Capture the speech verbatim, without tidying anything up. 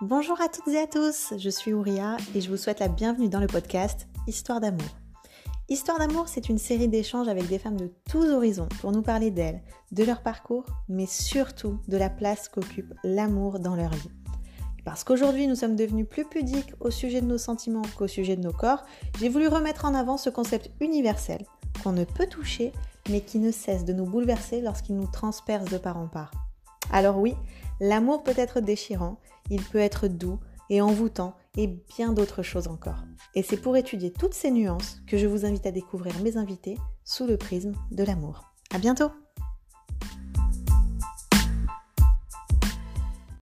Bonjour à toutes et à tous, je suis Ouria et je vous souhaite la bienvenue dans le podcast Histoire d'amour. Histoire d'amour, c'est une série d'échanges avec des femmes de tous horizons pour nous parler d'elles, de leur parcours, mais surtout de la place qu'occupe l'amour dans leur vie. Et parce qu'aujourd'hui nous sommes devenus plus pudiques au sujet de nos sentiments qu'au sujet de nos corps, j'ai voulu remettre en avant ce concept universel qu'on ne peut toucher, mais qui ne cesse de nous bouleverser lorsqu'il nous transperce de part en part. Alors oui, l'amour peut être déchirant, il peut être doux et envoûtant et bien d'autres choses encore. Et c'est pour étudier toutes ces nuances que je vous invite à découvrir mes invités sous le prisme de l'amour. À bientôt!